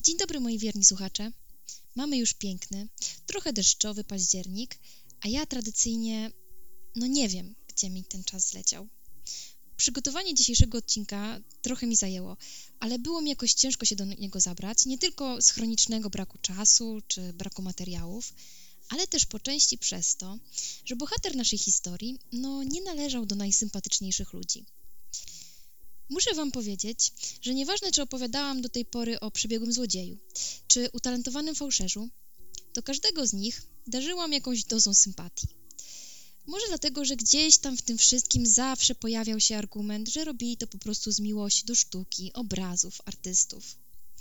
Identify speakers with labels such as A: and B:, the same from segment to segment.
A: Dzień dobry moi wierni słuchacze. Mamy już piękny, trochę deszczowy październik, a ja tradycyjnie, nie wiem, gdzie mi ten czas zleciał. Przygotowanie dzisiejszego odcinka trochę mi zajęło, ale było mi jakoś ciężko się do niego zabrać, nie tylko z chronicznego braku czasu czy braku materiałów, ale też po części przez to, że bohater naszej historii, nie należał do najsympatyczniejszych ludzi. Muszę wam powiedzieć, że nieważne, czy opowiadałam do tej pory o przebiegłym złodzieju, czy utalentowanym fałszerzu, to każdego z nich darzyłam jakąś dozą sympatii. Może dlatego, że gdzieś tam w tym wszystkim zawsze pojawiał się argument, że robili to po prostu z miłości do sztuki, obrazów, artystów.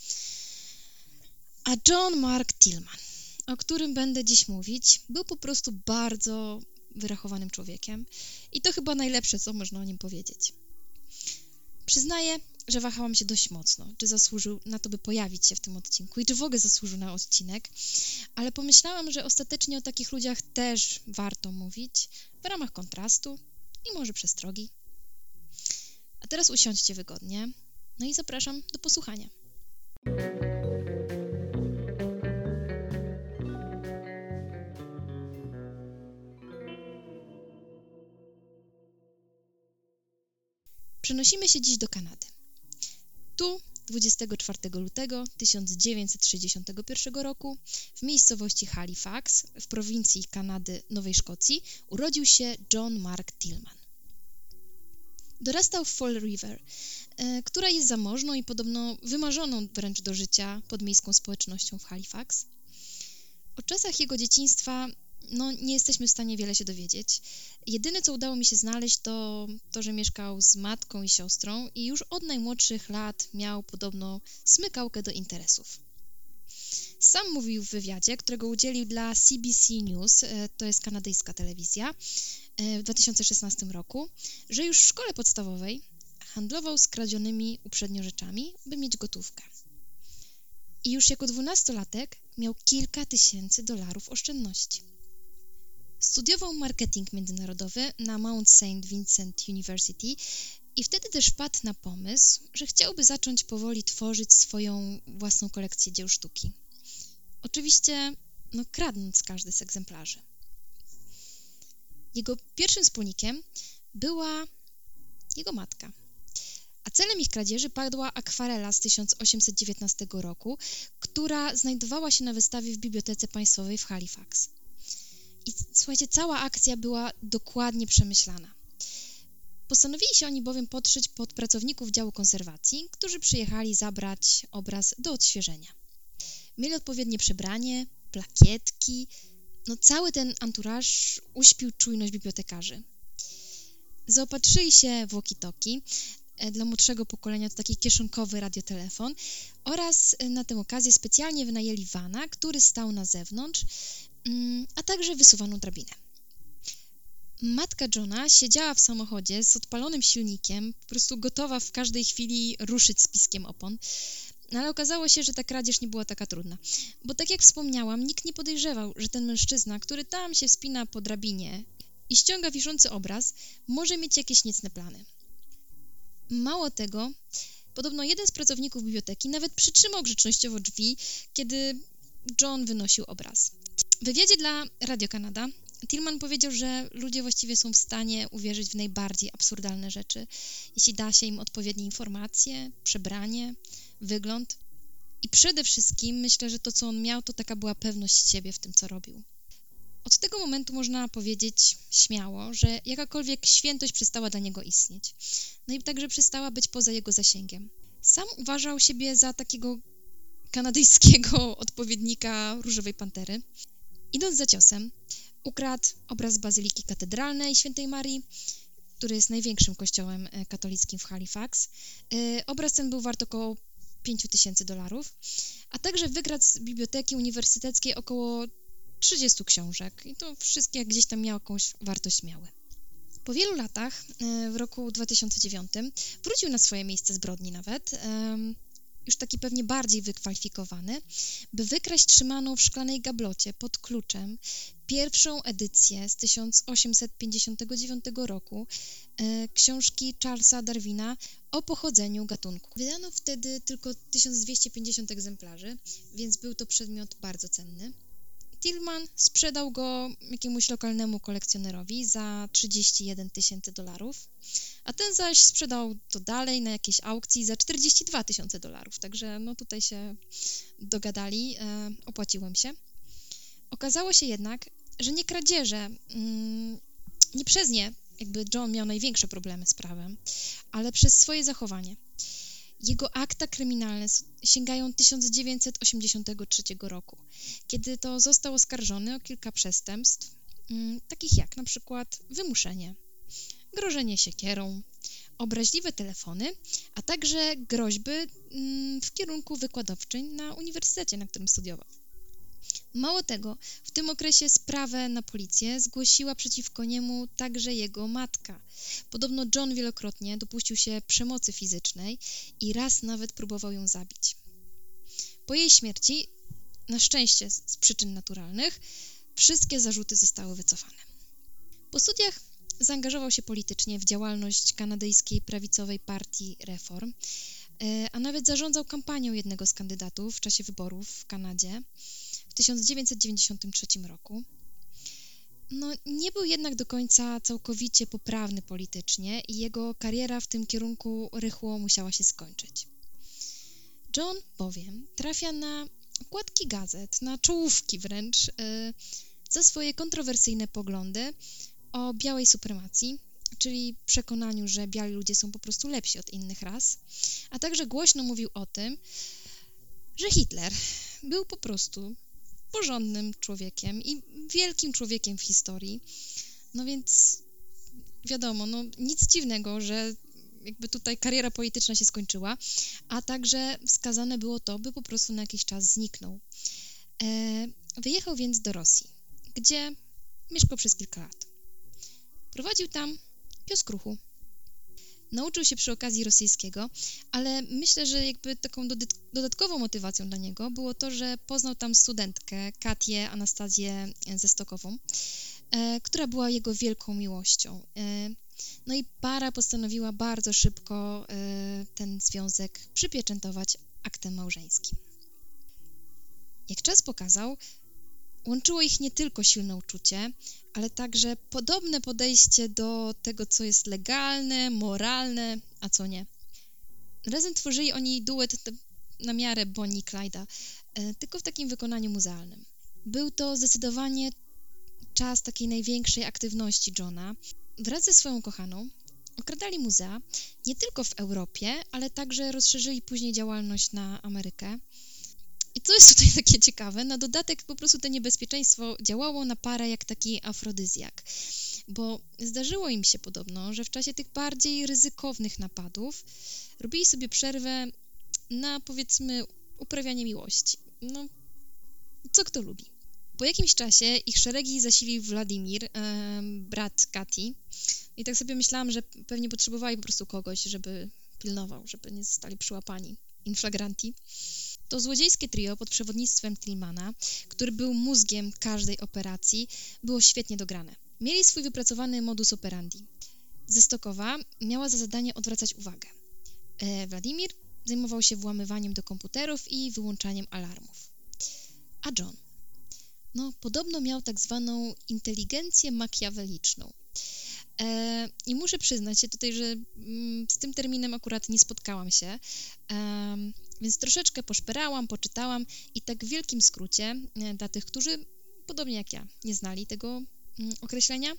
A: A John Mark Tillman, o którym będę dziś mówić, był po prostu bardzo wyrachowanym człowiekiem i to chyba najlepsze, co można o nim powiedzieć. Przyznaję, że wahałam się dość mocno, czy zasłużył na to, by pojawić się w tym odcinku i czy w ogóle zasłużył na odcinek, ale pomyślałam, że ostatecznie o takich ludziach też warto mówić w ramach kontrastu i może przestrogi. A teraz usiądźcie wygodnie, i zapraszam do posłuchania. Przenosimy się dziś do Kanady. Tu 24 lutego 1961 roku w miejscowości Halifax w prowincji Kanady Nowej Szkocji urodził się John Mark Tillman. Dorastał w Fall River, która jest zamożną i podobno wymarzoną wręcz do życia podmiejską społecznością w Halifax. O czasach jego dzieciństwa nie jesteśmy w stanie wiele się dowiedzieć. Jedyne, co udało mi się znaleźć, to, że mieszkał z matką i siostrą i już od najmłodszych lat miał podobno smykałkę do interesów. Sam mówił w wywiadzie, którego udzielił dla CBC News, to jest kanadyjska telewizja, w 2016 roku, że już w szkole podstawowej handlował skradzionymi uprzednio rzeczami, by mieć gotówkę. I już jako 12-latek miał kilka tysięcy dolarów oszczędności. Studiował marketing międzynarodowy na Mount St. Vincent University i wtedy też wpadł na pomysł, że chciałby zacząć powoli tworzyć swoją własną kolekcję dzieł sztuki. Oczywiście, kradnąc każdy z egzemplarzy. Jego pierwszym wspólnikiem była jego matka, a celem ich kradzieży padła akwarela z 1819 roku, która znajdowała się na wystawie w Bibliotece Państwowej w Halifax. I słuchajcie, cała akcja była dokładnie przemyślana. Postanowili się oni bowiem podszyć pod pracowników działu konserwacji, którzy przyjechali zabrać obraz do odświeżenia. Mieli odpowiednie przebranie, plakietki, cały ten anturaż uśpił czujność bibliotekarzy. Zaopatrzyli się w walkie-talkie, dla młodszego pokolenia to taki kieszonkowy radiotelefon oraz na tę okazję specjalnie wynajęli vana, który stał na zewnątrz, a także wysuwaną drabinę. Matka Johna siedziała w samochodzie z odpalonym silnikiem, po prostu gotowa w każdej chwili ruszyć z piskiem opon, ale okazało się, że ta kradzież nie była taka trudna, bo tak jak wspomniałam, nikt nie podejrzewał, że ten mężczyzna, który tam się wspina po drabinie i ściąga wiszący obraz, może mieć jakieś niecne plany. Mało tego, podobno jeden z pracowników biblioteki nawet przytrzymał grzecznościowo drzwi, kiedy John wynosił obraz. W wywiadzie dla Radio Kanada Tillman powiedział, że ludzie właściwie są w stanie uwierzyć w najbardziej absurdalne rzeczy, jeśli da się im odpowiednie informacje, przebranie, wygląd. I przede wszystkim myślę, że to, co on miał, to taka była pewność siebie w tym, co robił. Od tego momentu można powiedzieć śmiało, że jakakolwiek świętość przestała dla niego istnieć. I także przestała być poza jego zasięgiem. Sam uważał siebie za takiego kanadyjskiego odpowiednika Różowej Pantery. Idąc za ciosem, ukradł obraz Bazyliki Katedralnej Świętej Marii, który jest największym kościołem katolickim w Halifax. Obraz ten był wart około $5,000, a także wykradł z biblioteki uniwersyteckiej około 30 książek i to wszystkie gdzieś tam jakąś wartość miały. Po wielu latach, w roku 2009, wrócił na swoje miejsce zbrodni nawet, już taki pewnie bardziej wykwalifikowany, by wykraść trzymaną w szklanej gablocie pod kluczem pierwszą edycję z 1859 roku książki Charlesa Darwina o pochodzeniu gatunku. Wydano wtedy tylko 1250 egzemplarzy, więc był to przedmiot bardzo cenny. Tillman sprzedał go jakiemuś lokalnemu kolekcjonerowi za $31,000, a ten zaś sprzedał to dalej na jakiejś aukcji za $42,000, także no tutaj się dogadali, opłaciłem się. Okazało się jednak, że nie kradzieże, nie przez nie jakby John miał największe problemy z prawem, ale przez swoje zachowanie. Jego akta kryminalne sięgają 1983 roku, kiedy to został oskarżony o kilka przestępstw, takich jak na przykład wymuszenie, grożenie siekierą, obraźliwe telefony, a także groźby w kierunku wykładowczym na uniwersytecie, na którym studiował. Mało tego, w tym okresie sprawę na policję zgłosiła przeciwko niemu także jego matka. Podobno John wielokrotnie dopuścił się przemocy fizycznej i raz nawet próbował ją zabić. Po jej śmierci, na szczęście z przyczyn naturalnych, wszystkie zarzuty zostały wycofane. Po studiach zaangażował się politycznie w działalność kanadyjskiej prawicowej partii Reform, a nawet zarządzał kampanią jednego z kandydatów w czasie wyborów w Kanadzie w 1993 roku. No, nie był jednak do końca całkowicie poprawny politycznie i jego kariera w tym kierunku rychło musiała się skończyć. John bowiem trafia na okładki gazet, na czołówki wręcz, za swoje kontrowersyjne poglądy o białej supremacji, czyli przekonaniu, że biali ludzie są po prostu lepsi od innych ras, a także głośno mówił o tym, że Hitler był po prostu porządnym człowiekiem i wielkim człowiekiem w historii. No więc wiadomo, no nic dziwnego, że jakby tutaj kariera polityczna się skończyła, a także wskazane było to, by po prostu na jakiś czas zniknął. Wyjechał więc do Rosji, gdzie mieszkał przez kilka lat. Prowadził tam kiosk ruchu. Nauczył się przy okazji rosyjskiego, ale myślę, że jakby taką dodatkową motywacją dla niego było to, że poznał tam studentkę Katię Anastazję Zestokową, która była jego wielką miłością. No i para postanowiła bardzo szybko ten związek przypieczętować aktem małżeńskim. Jak czas pokazał, łączyło ich nie tylko silne uczucie, ale także podobne podejście do tego, co jest legalne, moralne, a co nie. Razem tworzyli oni duet na miarę Bonnie i Clyda, tylko w takim wykonaniu muzealnym. Był to zdecydowanie czas takiej największej aktywności Johna. Wraz ze swoją kochaną okradali muzea nie tylko w Europie, ale także rozszerzyli później działalność na Amerykę. I co jest tutaj takie ciekawe, na dodatek po prostu to niebezpieczeństwo działało na parę jak taki afrodyzjak, bo zdarzyło im się podobno, że w czasie tych bardziej ryzykownych napadów robili sobie przerwę na, powiedzmy, uprawianie miłości. No, co kto lubi. Po jakimś czasie ich szeregi zasilił Władimir, brat Kati, i tak sobie myślałam, że pewnie potrzebowali po prostu kogoś, żeby pilnował, żeby nie zostali przyłapani in flagranti. To złodziejskie trio pod przewodnictwem Tillmana, który był mózgiem każdej operacji, było świetnie dograne. Mieli swój wypracowany modus operandi. Zestokowa miała za zadanie odwracać uwagę. Władimir zajmował się włamywaniem do komputerów i wyłączaniem alarmów. A John? No, podobno miał tak zwaną inteligencję makiaweliczną. I muszę przyznać się tutaj, że z tym terminem akurat nie spotkałam się, więc troszeczkę poszperałam, poczytałam i tak w wielkim skrócie, dla tych, którzy podobnie jak ja nie znali tego określenia,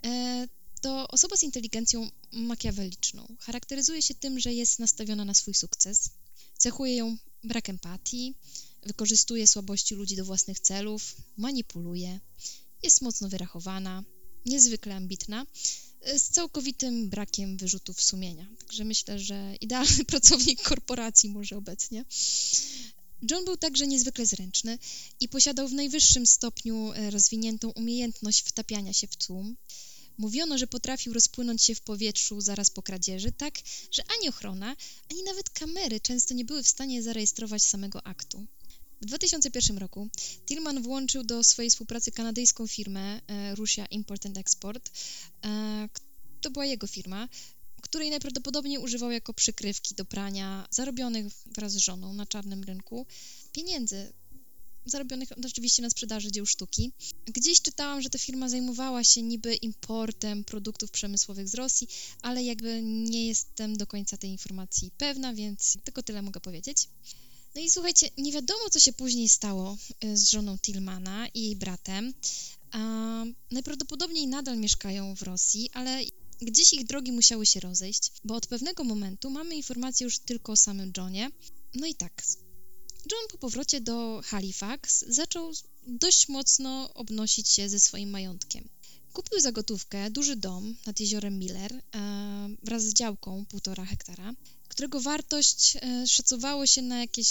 A: to osoba z inteligencją makiaweliczną charakteryzuje się tym, że jest nastawiona na swój sukces, cechuje ją brak empatii, wykorzystuje słabości ludzi do własnych celów, manipuluje, jest mocno wyrachowana, niezwykle ambitna, z całkowitym brakiem wyrzutów sumienia. Także myślę, że idealny pracownik korporacji może obecnie. John był także niezwykle zręczny i posiadał w najwyższym stopniu rozwiniętą umiejętność wtapiania się w tłum. Mówiono, że potrafił rozpłynąć się w powietrzu zaraz po kradzieży, tak, że ani ochrona, ani nawet kamery często nie były w stanie zarejestrować samego aktu. W 2001 roku Tillman włączył do swojej współpracy kanadyjską firmę Russia Import and Export. To była jego firma, której najprawdopodobniej używał jako przykrywki do prania zarobionych wraz z żoną na czarnym rynku pieniędzy, zarobionych oczywiście na sprzedaży dzieł sztuki. Gdzieś czytałam, że ta firma zajmowała się niby importem produktów przemysłowych z Rosji, ale jakby nie jestem do końca tej informacji pewna, więc tylko tyle mogę powiedzieć. No i słuchajcie, nie wiadomo, co się później stało z żoną Tillmana i jej bratem. Najprawdopodobniej nadal mieszkają w Rosji, ale gdzieś ich drogi musiały się rozejść, bo od pewnego momentu mamy informacje już tylko o samym Johnie. No i tak, John po powrocie do Halifax zaczął dość mocno obnosić się ze swoim majątkiem. Kupił za gotówkę duży dom nad jeziorem Miller wraz z działką 1,5 hektara, którego wartość szacowało się na jakieś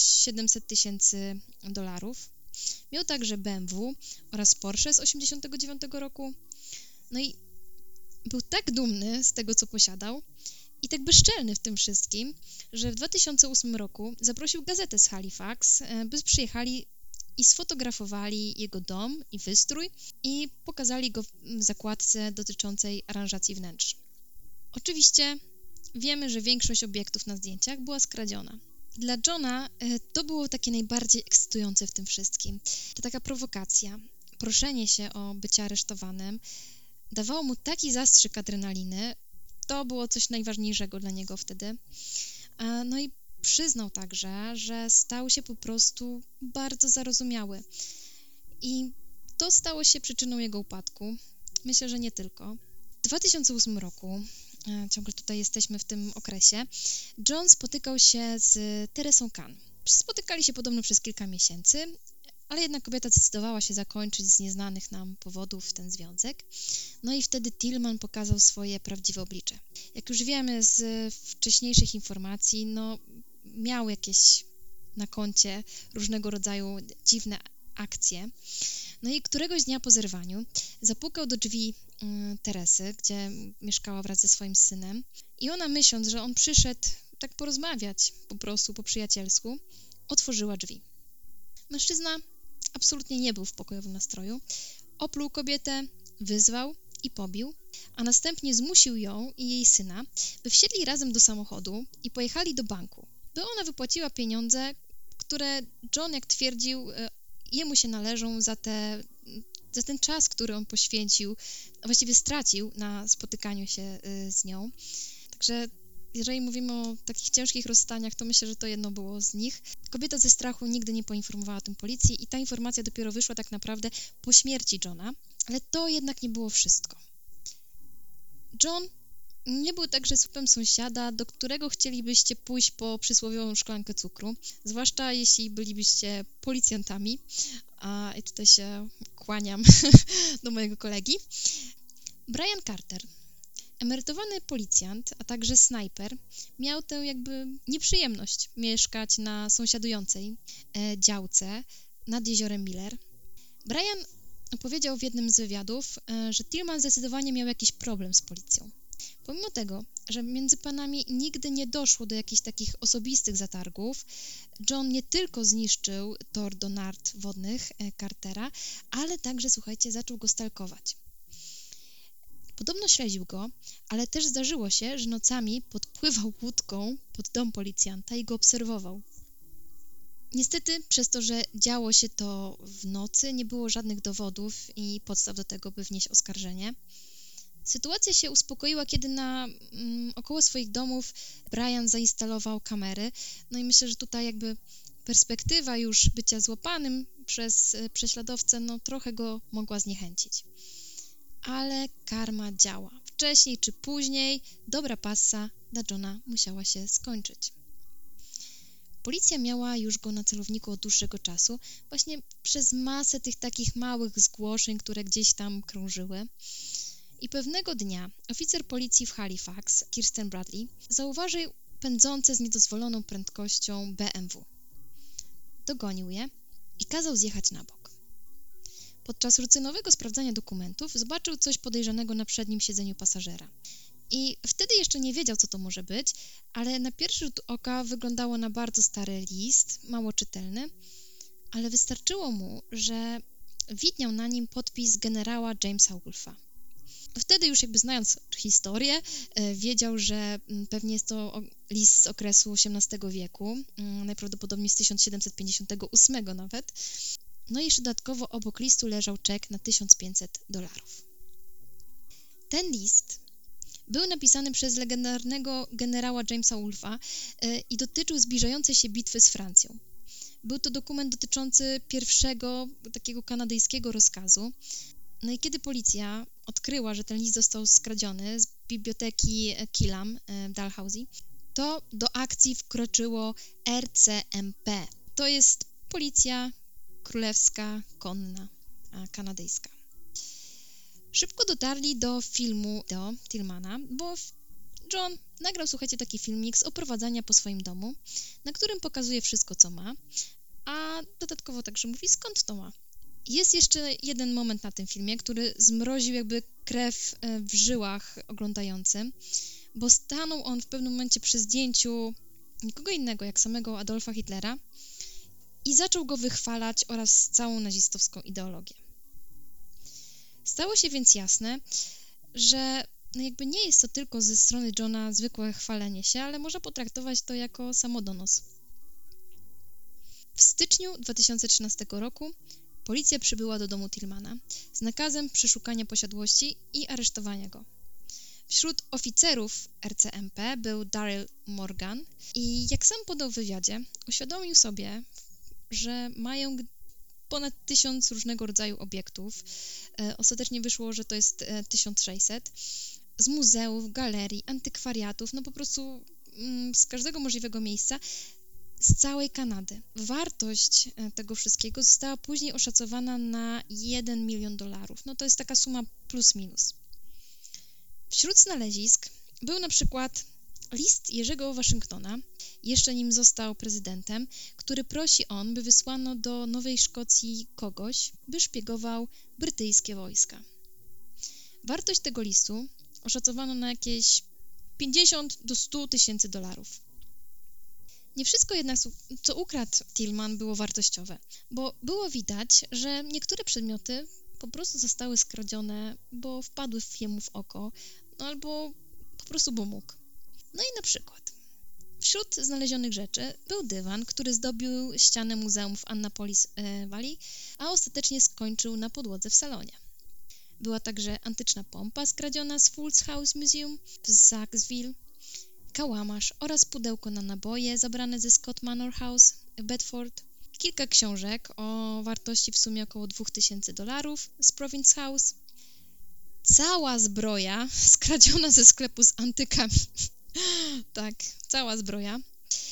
A: $700,000. Miał także BMW oraz Porsche z 1989 roku. No i był tak dumny z tego, co posiadał i tak bezczelny w tym wszystkim, że w 2008 roku zaprosił gazetę z Halifax, by przyjechali i sfotografowali jego dom i wystrój i pokazali go w zakładce dotyczącej aranżacji wnętrz. Oczywiście wiemy, że większość obiektów na zdjęciach była skradziona. Dla Johna to było takie najbardziej ekscytujące w tym wszystkim. To taka prowokacja, proszenie się o bycie aresztowanym dawało mu taki zastrzyk adrenaliny, to było coś najważniejszego dla niego wtedy. No i przyznał także, że stał się po prostu bardzo zarozumiały. I to stało się przyczyną jego upadku. Myślę, że nie tylko. W 2008 roku, ciągle tutaj jesteśmy w tym okresie, John spotykał się z Teresą Kahn. Spotykali się podobno przez kilka miesięcy, ale jedna kobieta zdecydowała się zakończyć z nieznanych nam powodów ten związek. No i wtedy Tillman pokazał swoje prawdziwe oblicze. Jak już wiemy z wcześniejszych informacji, no miał jakieś na koncie różnego rodzaju dziwne akcje. No i któregoś dnia po zerwaniu zapukał do drzwi Teresy, gdzie mieszkała wraz ze swoim synem i ona, myśląc, że on przyszedł tak porozmawiać po prostu po przyjacielsku, otworzyła drzwi. Mężczyzna absolutnie nie był w pokojowym nastroju. Opluł kobietę, wyzwał i pobił, a następnie zmusił ją i jej syna, by wsiedli razem do samochodu i pojechali do banku, by ona wypłaciła pieniądze, które John, jak twierdził, jemu się należą za ten czas, który on poświęcił, a właściwie stracił na spotykaniu się z nią. Także jeżeli mówimy o takich ciężkich rozstaniach, to myślę, że to jedno było z nich. Kobieta ze strachu nigdy nie poinformowała o tym policji i ta informacja dopiero wyszła tak naprawdę po śmierci Johna, ale to jednak nie było wszystko. John nie był także słupem sąsiada, do którego chcielibyście pójść po przysłowiową szklankę cukru, zwłaszcza jeśli bylibyście policjantami, i tutaj się kłaniam do mojego kolegi. Brian Carter, emerytowany policjant, a także snajper, miał tę jakby nieprzyjemność mieszkać na sąsiadującej działce nad jeziorem Miller. Brian opowiedział w jednym z wywiadów, że Tillman zdecydowanie miał jakiś problem z policją. Pomimo tego, że między panami nigdy nie doszło do jakichś takich osobistych zatargów, John nie tylko zniszczył tor do nart wodnych Cartera, ale także, słuchajcie, zaczął go stalkować. Podobno śledził go, ale też zdarzyło się, że nocami podpływał łódką pod dom policjanta i go obserwował. Niestety, przez to, że działo się to w nocy, nie było żadnych dowodów i podstaw do tego, by wnieść oskarżenie. Sytuacja się uspokoiła, kiedy około swoich domów Brian zainstalował kamery. No i myślę, że tutaj jakby perspektywa już bycia złapanym przez prześladowcę, no trochę go mogła zniechęcić. Ale karma działa. Wcześniej czy później dobra passa dla Johna musiała się skończyć. Policja miała już go na celowniku od dłuższego czasu, właśnie przez masę tych takich małych zgłoszeń, które gdzieś tam krążyły. I pewnego dnia oficer policji w Halifax, Kirsten Bradley, zauważył pędzące z niedozwoloną prędkością BMW. Dogonił je i kazał zjechać na bok. Podczas rutynowego sprawdzania dokumentów zobaczył coś podejrzanego na przednim siedzeniu pasażera. I wtedy jeszcze nie wiedział, co to może być, ale na pierwszy rzut oka wyglądało na bardzo stary list, mało czytelny, ale wystarczyło mu, że widniał na nim podpis generała Jamesa Wolfa. Wtedy już jakby znając historię, wiedział, że pewnie jest to list z okresu XVIII wieku, najprawdopodobniej z 1758 nawet. No i jeszcze dodatkowo obok listu leżał czek na $1500. Ten list był napisany przez legendarnego generała Jamesa Wolfe'a i dotyczył zbliżającej się bitwy z Francją. Był to dokument dotyczący pierwszego takiego kanadyjskiego rozkazu. No i kiedy policja odkryła, że ten list został skradziony z biblioteki Killam w Dalhousie, to do akcji wkroczyło RCMP. To jest Policja Królewska Konna kanadyjska. Szybko dotarli do filmu do Tillmana, bo John nagrał, słuchajcie, taki filmik z oprowadzania po swoim domu, na którym pokazuje wszystko, co ma, a dodatkowo także mówi, skąd to ma. Jest jeszcze jeden moment na tym filmie, który zmroził jakby krew w żyłach oglądającym, bo stanął on w pewnym momencie przy zdjęciu nikogo innego jak samego Adolfa Hitlera i zaczął go wychwalać oraz całą nazistowską ideologię. Stało się więc jasne, że jakby nie jest to tylko ze strony Johna zwykłe chwalenie się, ale można potraktować to jako samodonos. W styczniu 2013 roku policja przybyła do domu Tillmana z nakazem przeszukania posiadłości i aresztowania go. Wśród oficerów RCMP był Daryl Morgan i jak sam podał w wywiadzie, uświadomił sobie, że mają ponad 1000 różnego rodzaju obiektów. Ostatecznie wyszło, że to jest 1600. Z muzeów, galerii, antykwariatów, no po prostu z każdego możliwego miejsca, z całej Kanady. Wartość tego wszystkiego została później oszacowana na $1 milion. No to jest taka suma plus minus. Wśród znalezisk był na przykład list Jerzego Waszyngtona, jeszcze nim został prezydentem, który prosi on, by wysłano do Nowej Szkocji kogoś, by szpiegował brytyjskie wojska. Wartość tego listu oszacowano na jakieś 50 do 100 tysięcy dolarów. Nie wszystko jednak, co ukradł Tillman, było wartościowe, bo było widać, że niektóre przedmioty po prostu zostały skradzione, bo wpadły jemu w oko, no albo po prostu bo mógł. No i na przykład wśród znalezionych rzeczy był dywan, który zdobił ścianę muzeum w Annapolis Valley, a ostatecznie skończył na podłodze w salonie. Była także antyczna pompa skradziona z Fools House Museum w Sackville, kałamarz oraz pudełko na naboje zabrane ze Scott Manor House w Bedford, kilka książek o wartości w sumie około $2000 z Province House, cała zbroja skradziona ze sklepu z antykami. Tak, cała zbroja.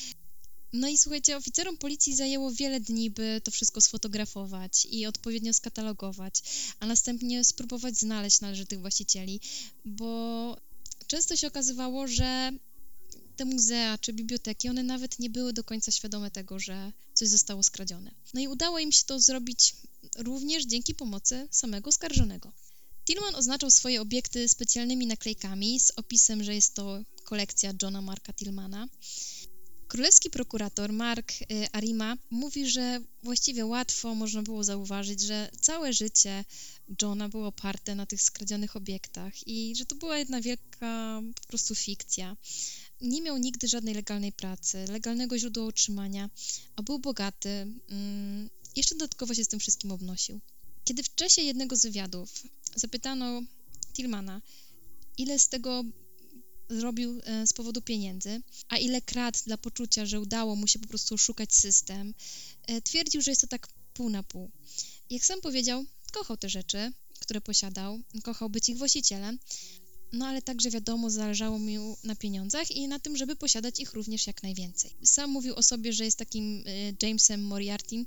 A: No i słuchajcie, oficerom policji zajęło wiele dni, by to wszystko sfotografować i odpowiednio skatalogować, a następnie spróbować znaleźć należytych właścicieli, bo często się okazywało, że te muzea czy biblioteki, one nawet nie były do końca świadome tego, że coś zostało skradzione. No i udało im się to zrobić również dzięki pomocy samego oskarżonego. Tillman oznaczał swoje obiekty specjalnymi naklejkami z opisem, że jest to kolekcja Johna Marka Tillmana. Królewski prokurator Mark Arima mówi, że właściwie łatwo można było zauważyć, że całe życie Johna było oparte na tych skradzionych obiektach i że to była jedna wielka po prostu fikcja. Nie miał nigdy żadnej legalnej pracy, legalnego źródła utrzymania, a był bogaty. Jeszcze dodatkowo się z tym wszystkim obnosił. Kiedy w czasie jednego z wywiadów zapytano Tillmana, ile z tego zrobił z powodu pieniędzy, a ile kradł dla poczucia, że udało mu się po prostu oszukać system, twierdził, że jest to tak pół na pół. Jak sam powiedział, kochał te rzeczy, które posiadał, kochał być ich właścicielem, no ale także wiadomo, zależało mu na pieniądzach i na tym, żeby posiadać ich również jak najwięcej. Sam mówił o sobie, że jest takim Jamesem Moriartym,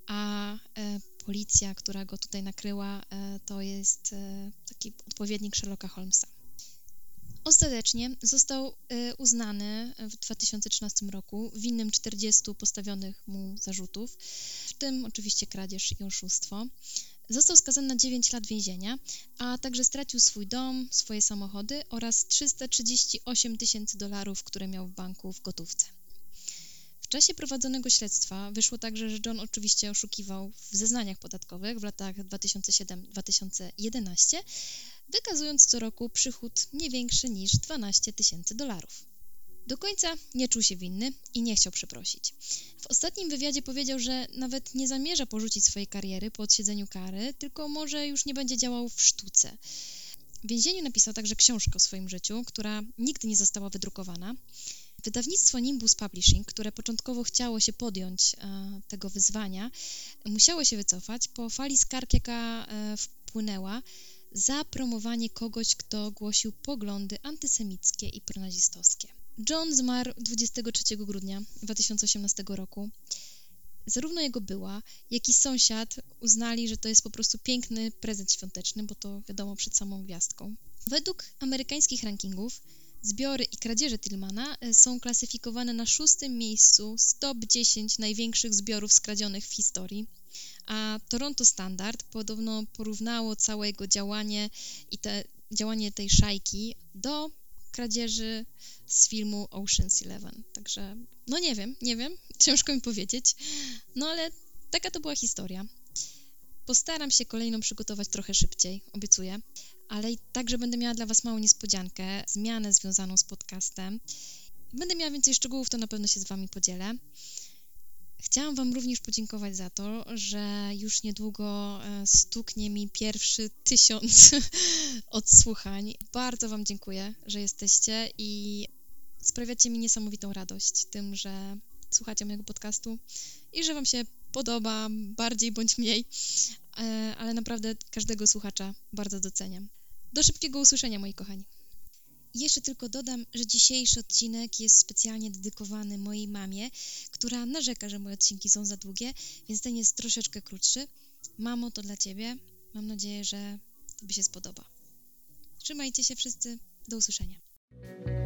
A: a policja, która go tutaj nakryła, to jest taki odpowiednik Sherlocka Holmesa. Ostatecznie został uznany w 2013 roku winnym 40 postawionych mu zarzutów, w tym oczywiście kradzież i oszustwo. Został skazany na 9 lat więzienia, a także stracił swój dom, swoje samochody oraz $338 tysięcy, które miał w banku w gotówce. W czasie prowadzonego śledztwa wyszło także, że John oczywiście oszukiwał w zeznaniach podatkowych w latach 2007-2011, wykazując co roku przychód nie większy niż $12,000. Do końca nie czuł się winny i nie chciał przeprosić. W ostatnim wywiadzie powiedział, że nawet nie zamierza porzucić swojej kariery po odsiedzeniu kary, tylko może już nie będzie działał w sztuce. W więzieniu napisał także książkę o swoim życiu, która nigdy nie została wydrukowana. Wydawnictwo Nimbus Publishing, które początkowo chciało się podjąć tego wyzwania, musiało się wycofać po fali skarg, jaka wpłynęła za promowanie kogoś, kto głosił poglądy antysemickie i pronazistowskie. John zmarł 23 grudnia 2018 roku. Zarówno jego była, jak i sąsiad uznali, że to jest po prostu piękny prezent świąteczny, bo to wiadomo przed samą gwiazdką. Według amerykańskich rankingów zbiory i kradzieże Tillmana są klasyfikowane na 6. miejscu z top 10 największych zbiorów skradzionych w historii, a Toronto Standard podobno porównało całe jego działanie i działanie tej szajki do kradzieży z filmu Ocean's 11. Także, no nie wiem, ciężko mi powiedzieć, no ale taka to była historia. Postaram się kolejną przygotować trochę szybciej, obiecuję, ale i także będę miała dla Was małą niespodziankę, zmianę związaną z podcastem. Będę miała więcej szczegółów, to na pewno się z Wami podzielę. Chciałam Wam również podziękować za to, że już niedługo stuknie mi pierwszy 1000 odsłuchań. Bardzo Wam dziękuję, że jesteście i sprawiacie mi niesamowitą radość tym, że słuchacie mojego podcastu i że Wam się podoba bardziej bądź mniej, ale naprawdę każdego słuchacza bardzo doceniam. Do szybkiego usłyszenia, moi kochani. I jeszcze tylko dodam, że dzisiejszy odcinek jest specjalnie dedykowany mojej mamie, która narzeka, że moje odcinki są za długie, więc ten jest troszeczkę krótszy. Mamo, to dla Ciebie. Mam nadzieję, że Tobie się spodoba. Trzymajcie się wszyscy. Do usłyszenia.